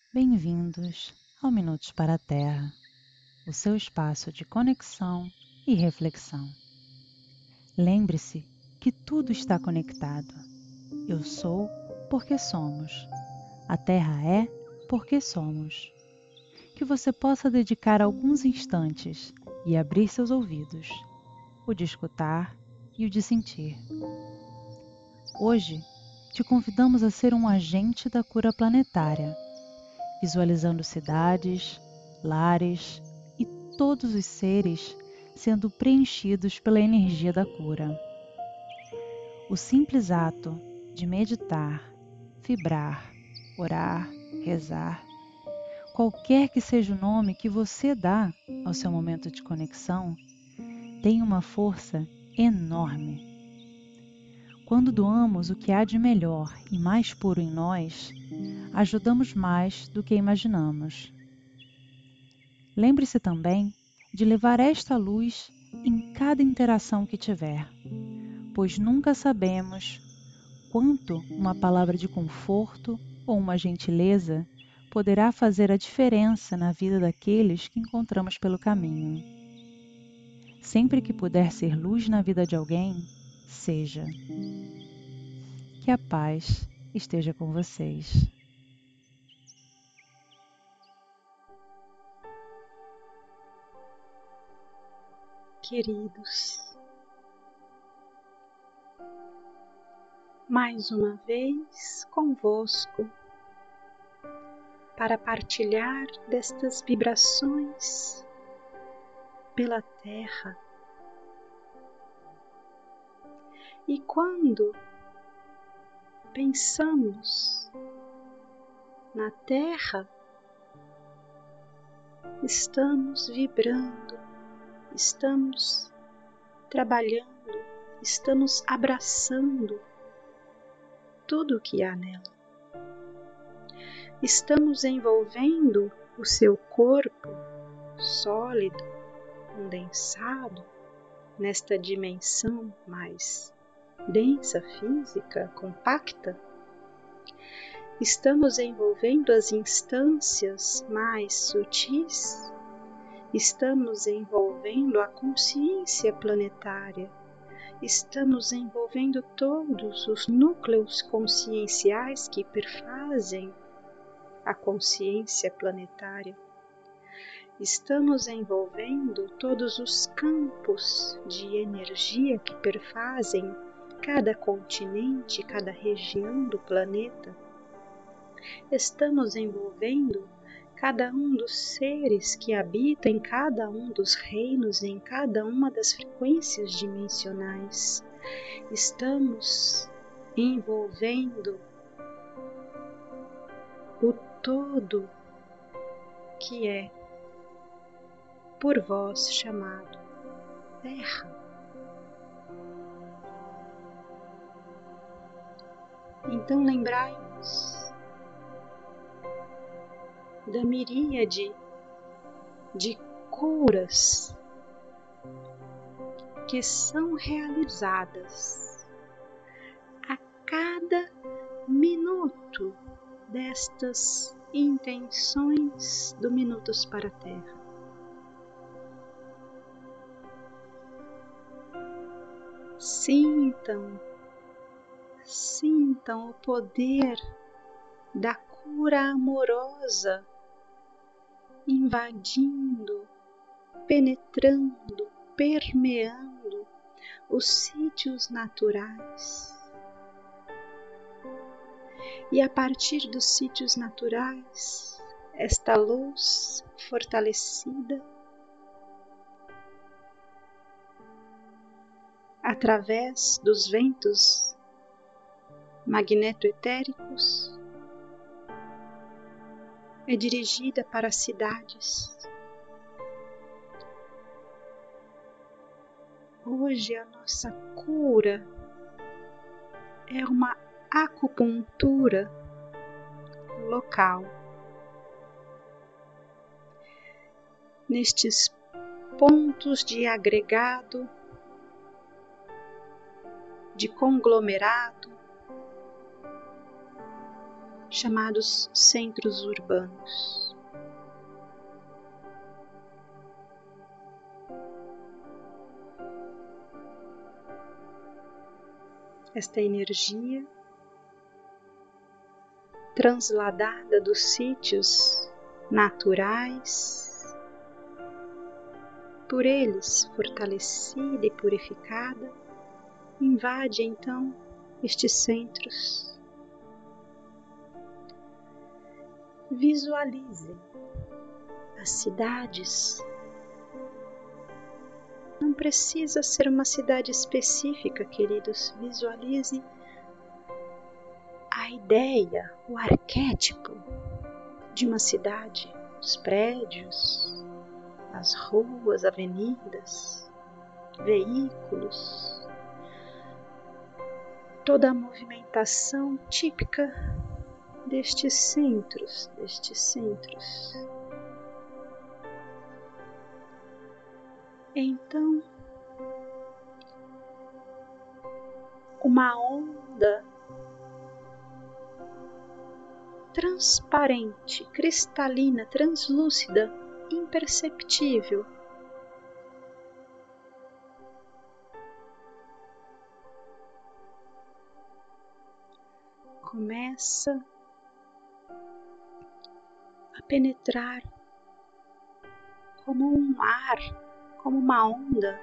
Bem-vindos ao Minutos para a Terra, o seu espaço de conexão e reflexão. Lembre-se que tudo está conectado. Eu sou porque somos. A Terra é porque somos. Que você possa dedicar alguns instantes e abrir seus ouvidos, o de escutar e o de sentir. Hoje, te convidamos a ser um agente da cura planetária, visualizando cidades, lares e todos os seres sendo preenchidos pela energia da cura. O simples ato de meditar, vibrar, orar, rezar, qualquer que seja o nome que você dá ao seu momento de conexão, tem uma força enorme. Quando doamos o que há de melhor e mais puro em nós, ajudamos mais do que imaginamos. Lembre-se também de levar esta luz em cada interação que tiver, pois nunca sabemos quanto uma palavra de conforto ou uma gentileza poderá fazer a diferença na vida daqueles que encontramos pelo caminho. Sempre que puder ser luz na vida de alguém, seja. Que a paz esteja com vocês. Queridos, mais uma vez convosco para partilhar destas vibrações pela Terra. E quando pensamos na Terra, estamos vibrando, estamos trabalhando, estamos abraçando tudo o que há nela. Estamos envolvendo o seu corpo sólido, condensado, nesta dimensão mais densa, física, compacta. Estamos envolvendo as instâncias mais sutis, estamos envolvendo a consciência planetária, estamos envolvendo todos os núcleos conscienciais que perfazem a consciência planetária. Estamos envolvendo todos os campos de energia que perfazem cada continente, cada região do planeta. Estamos envolvendo cada um dos seres que habitam em cada um dos reinos, em cada uma das frequências dimensionais. Estamos envolvendo o todo que é por vós chamado Terra. Então lembrai-vos da miríade de curas que são realizadas a cada minuto destas intenções do Minutos para a Terra. Sintam o poder da cura amorosa invadindo, penetrando, permeando os sítios naturais. E a partir dos sítios naturais, esta luz fortalecida através dos ventos magnetoetéricos é dirigida para as cidades. Hoje a nossa cura é uma acupuntura local. Nestes pontos de agregado, de conglomerado, chamados centros urbanos. Esta energia transladada dos sítios naturais, por eles fortalecida e purificada, invade então estes centros. Visualize as cidades. Não precisa ser uma cidade específica, queridos. Visualize a ideia, o arquétipo de uma cidade, os prédios, as ruas, avenidas, veículos, toda a movimentação típica destes centros. Então, uma onda transparente, cristalina, translúcida, imperceptível, começa a penetrar como um ar, como uma onda,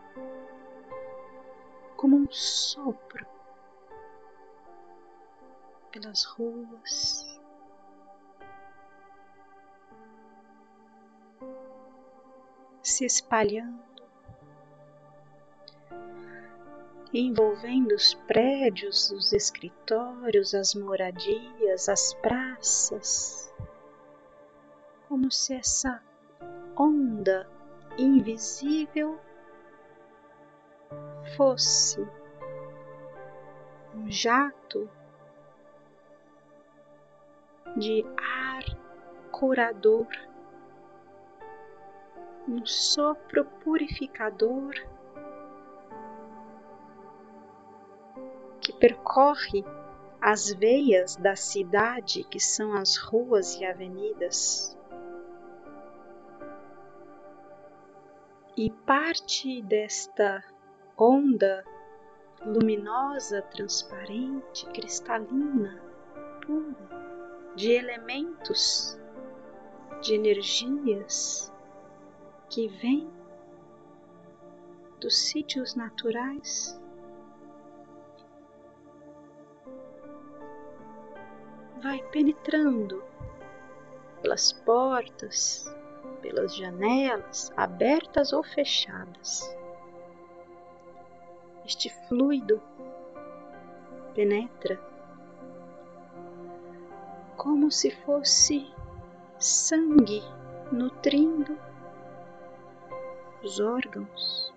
como um sopro pelas ruas, se espalhando, envolvendo os prédios, os escritórios, as moradias, as praças, como se essa onda invisível fosse um jato de ar curador, um sopro purificador que percorre as veias da cidade, que são as ruas e avenidas, e parte desta onda luminosa, transparente, cristalina, pura, de elementos, de energias que vêm dos sítios naturais, vai penetrando pelas portas, pelas janelas, abertas ou fechadas. Este fluido penetra como se fosse sangue nutrindo os órgãos,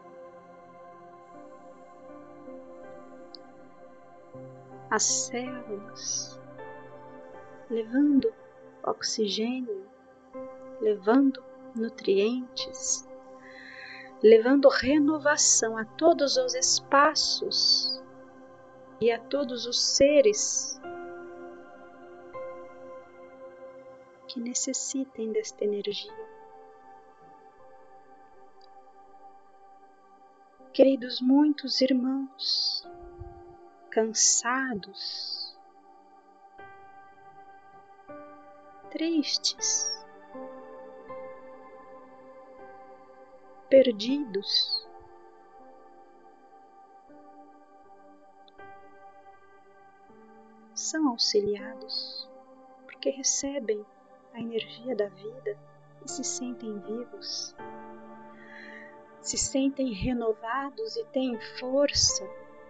as células, levando oxigênio, levando nutrientes, levando renovação a todos os espaços e a todos os seres que necessitem desta energia. Queridos, muitos irmãos cansados, tristes, perdidos, são auxiliados porque recebem a energia da vida e se sentem vivos, se sentem renovados e têm força.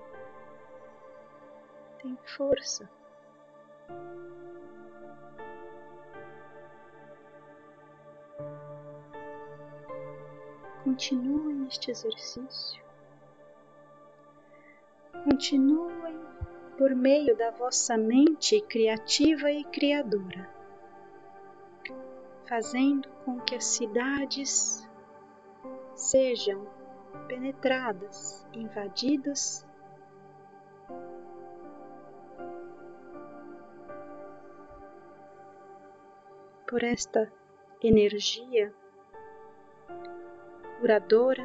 Continuem este exercício. Continuem por meio da vossa mente criativa e criadora, fazendo com que as cidades sejam penetradas, invadidas por esta energia curadora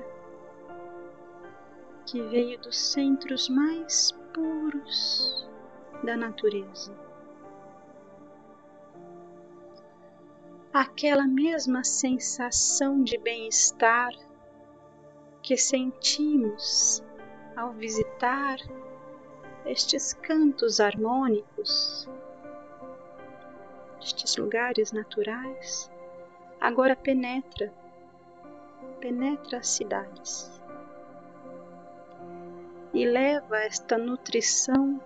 que veio dos centros mais puros da natureza. Aquela mesma sensação de bem-estar que sentimos ao visitar estes cantos harmônicos, estes lugares naturais, agora penetra as cidades e leva esta nutrição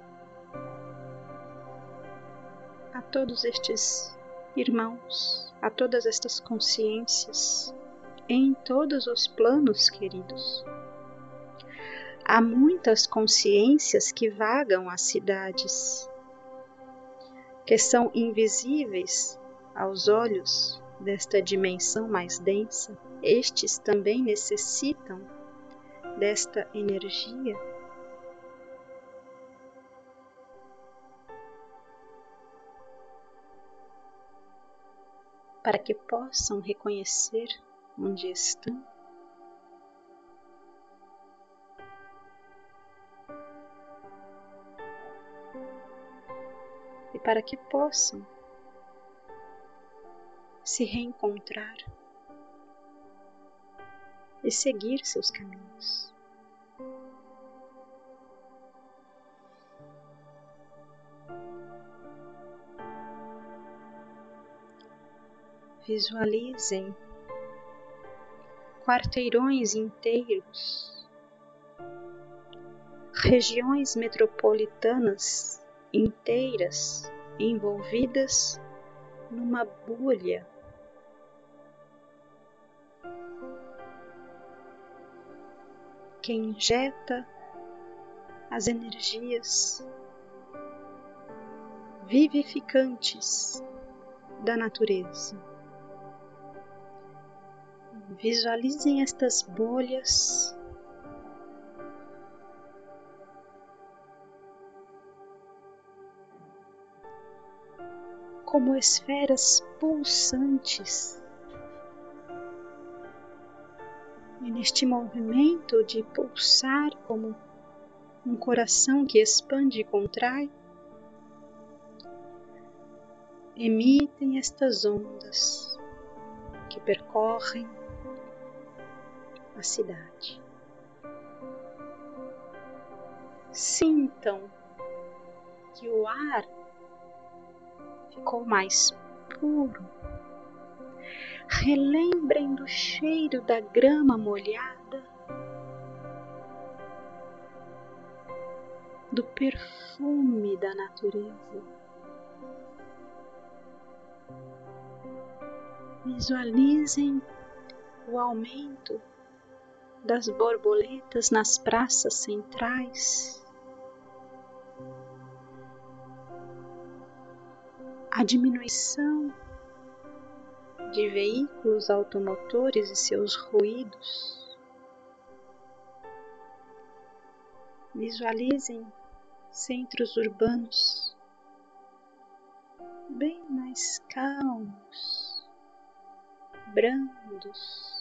a todos estes irmãos, a todas estas consciências, em todos os planos, queridos. Há muitas consciências que vagam as cidades, que são invisíveis aos olhos desta dimensão mais densa. Estes também necessitam desta energia para que possam reconhecer onde estão e para que possam se reencontrar e seguir seus caminhos. Visualizem quarteirões inteiros, regiões metropolitanas inteiras envolvidas numa bolha que injeta as energias vivificantes da natureza. Visualizem estas bolhas como esferas pulsantes. E neste movimento de pulsar como um coração que expande e contrai, emitem estas ondas que percorrem a cidade. Sintam que o ar ficou mais puro. Relembrem do cheiro da grama molhada, do perfume da natureza. Visualizem o aumento das borboletas nas praças centrais, a diminuição de veículos automotores e seus ruídos. Visualizem centros urbanos bem mais calmos, brandos,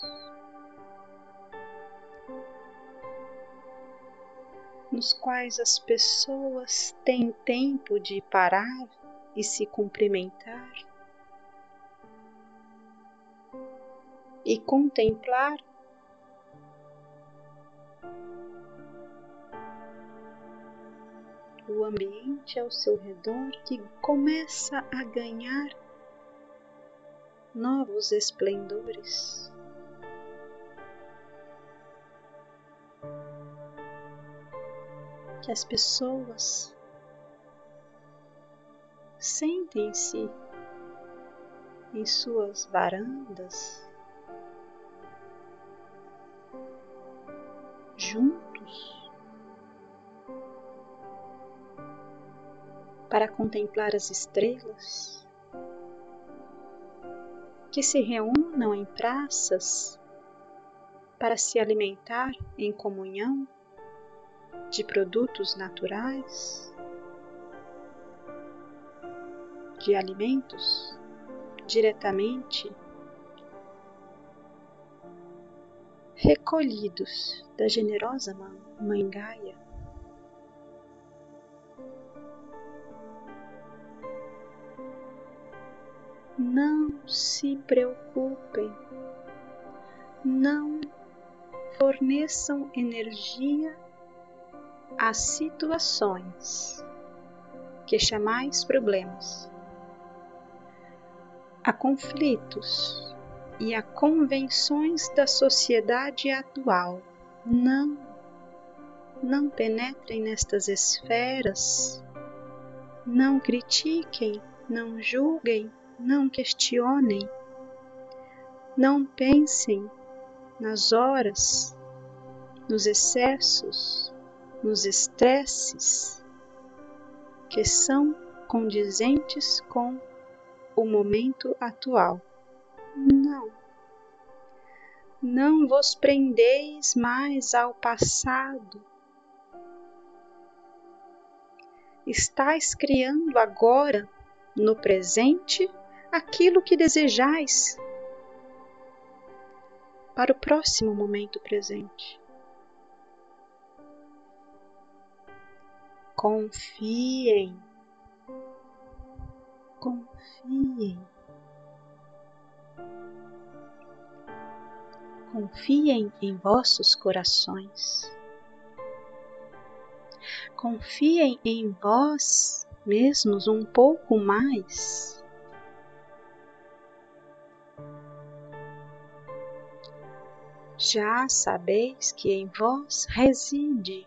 nos quais as pessoas têm tempo de parar e se cumprimentar e contemplar o ambiente ao seu redor, que começa a ganhar novos esplendores. Que as pessoas sentem-se em suas varandas, juntos, para contemplar as estrelas, que se reúnam em praças para se alimentar em comunhão de produtos naturais, de alimentos diretamente recolhidos da generosa Mãe Gaia, não se preocupem, não forneçam energia a situações que chamais problemas, a conflitos e a convenções da sociedade atual. Não penetrem nestas esferas, não critiquem, não julguem, não questionem, não pensem nas horas, nos excessos, nos estresses que são condizentes com o momento atual. Não vos prendeis mais ao passado. Estais criando agora, no presente, aquilo que desejais para o próximo momento presente. Confiem. Confiem em vossos corações. Confiem em vós mesmos um pouco mais. Já sabeis que em vós reside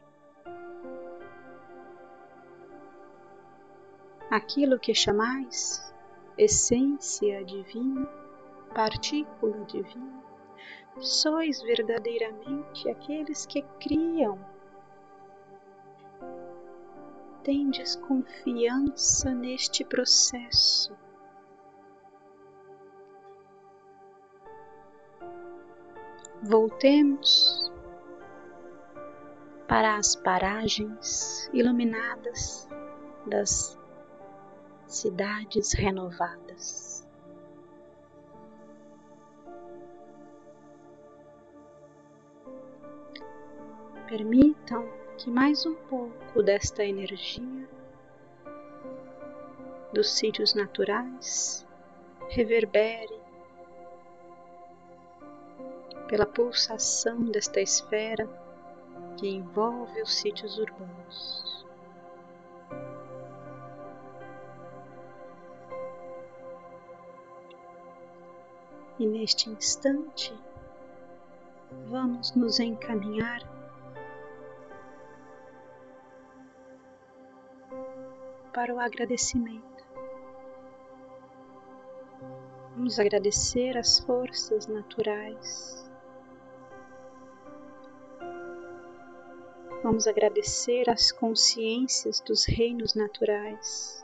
aquilo que chamais essência divina, partícula divina. Sois verdadeiramente aqueles que criam. Tendes confiança neste processo. Voltemos para as paragens iluminadas das cidades renovadas. Permitam que mais um pouco desta energia dos sítios naturais reverbere pela pulsação desta esfera que envolve os sítios urbanos. E neste instante, vamos nos encaminhar para o agradecimento. Vamos agradecer as forças naturais. Vamos agradecer as consciências dos reinos naturais.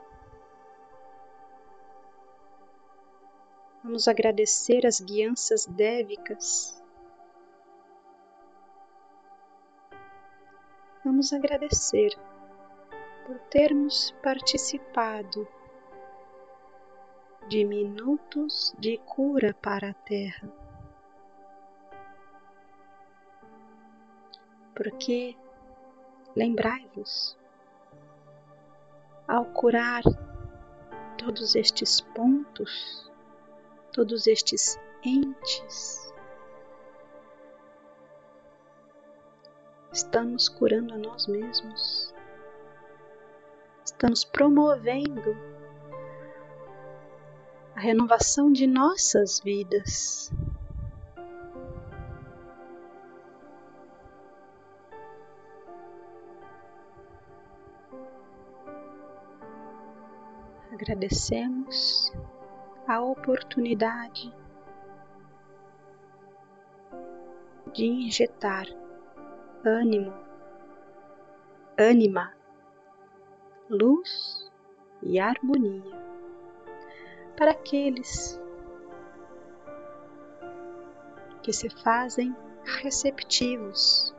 Vamos agradecer as guianças dévicas. Vamos agradecer por termos participado de minutos de cura para a Terra. Porque, lembrai-vos, ao curar todos estes pontos, todos estes entes, estamos curando a nós mesmos. Estamos promovendo a renovação de nossas vidas. Agradecemos a oportunidade de injetar ânima, luz e harmonia para aqueles que se fazem receptivos.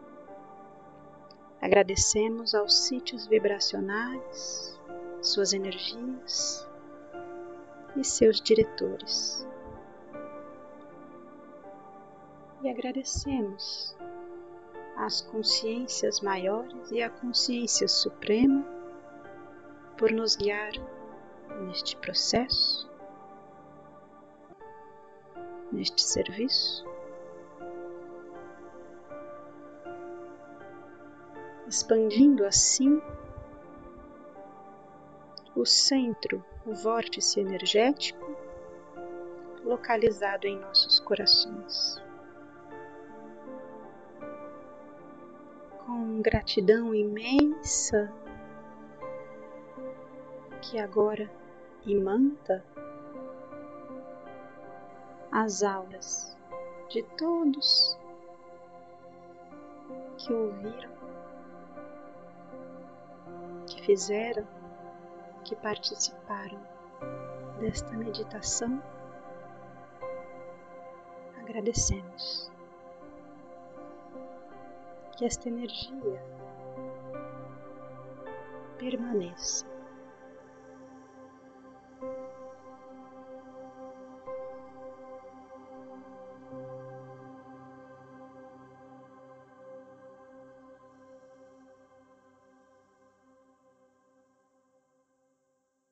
Agradecemos aos sítios vibracionais, suas energias, e seus diretores. E agradecemos às consciências maiores e à consciência suprema por nos guiar neste processo, neste serviço, expandindo assim o centro, o vórtice energético localizado em nossos corações. Com gratidão imensa que agora imanta as auras de todos que ouviram, que fizeram, que participaram desta meditação, agradecemos. Que esta energia permaneça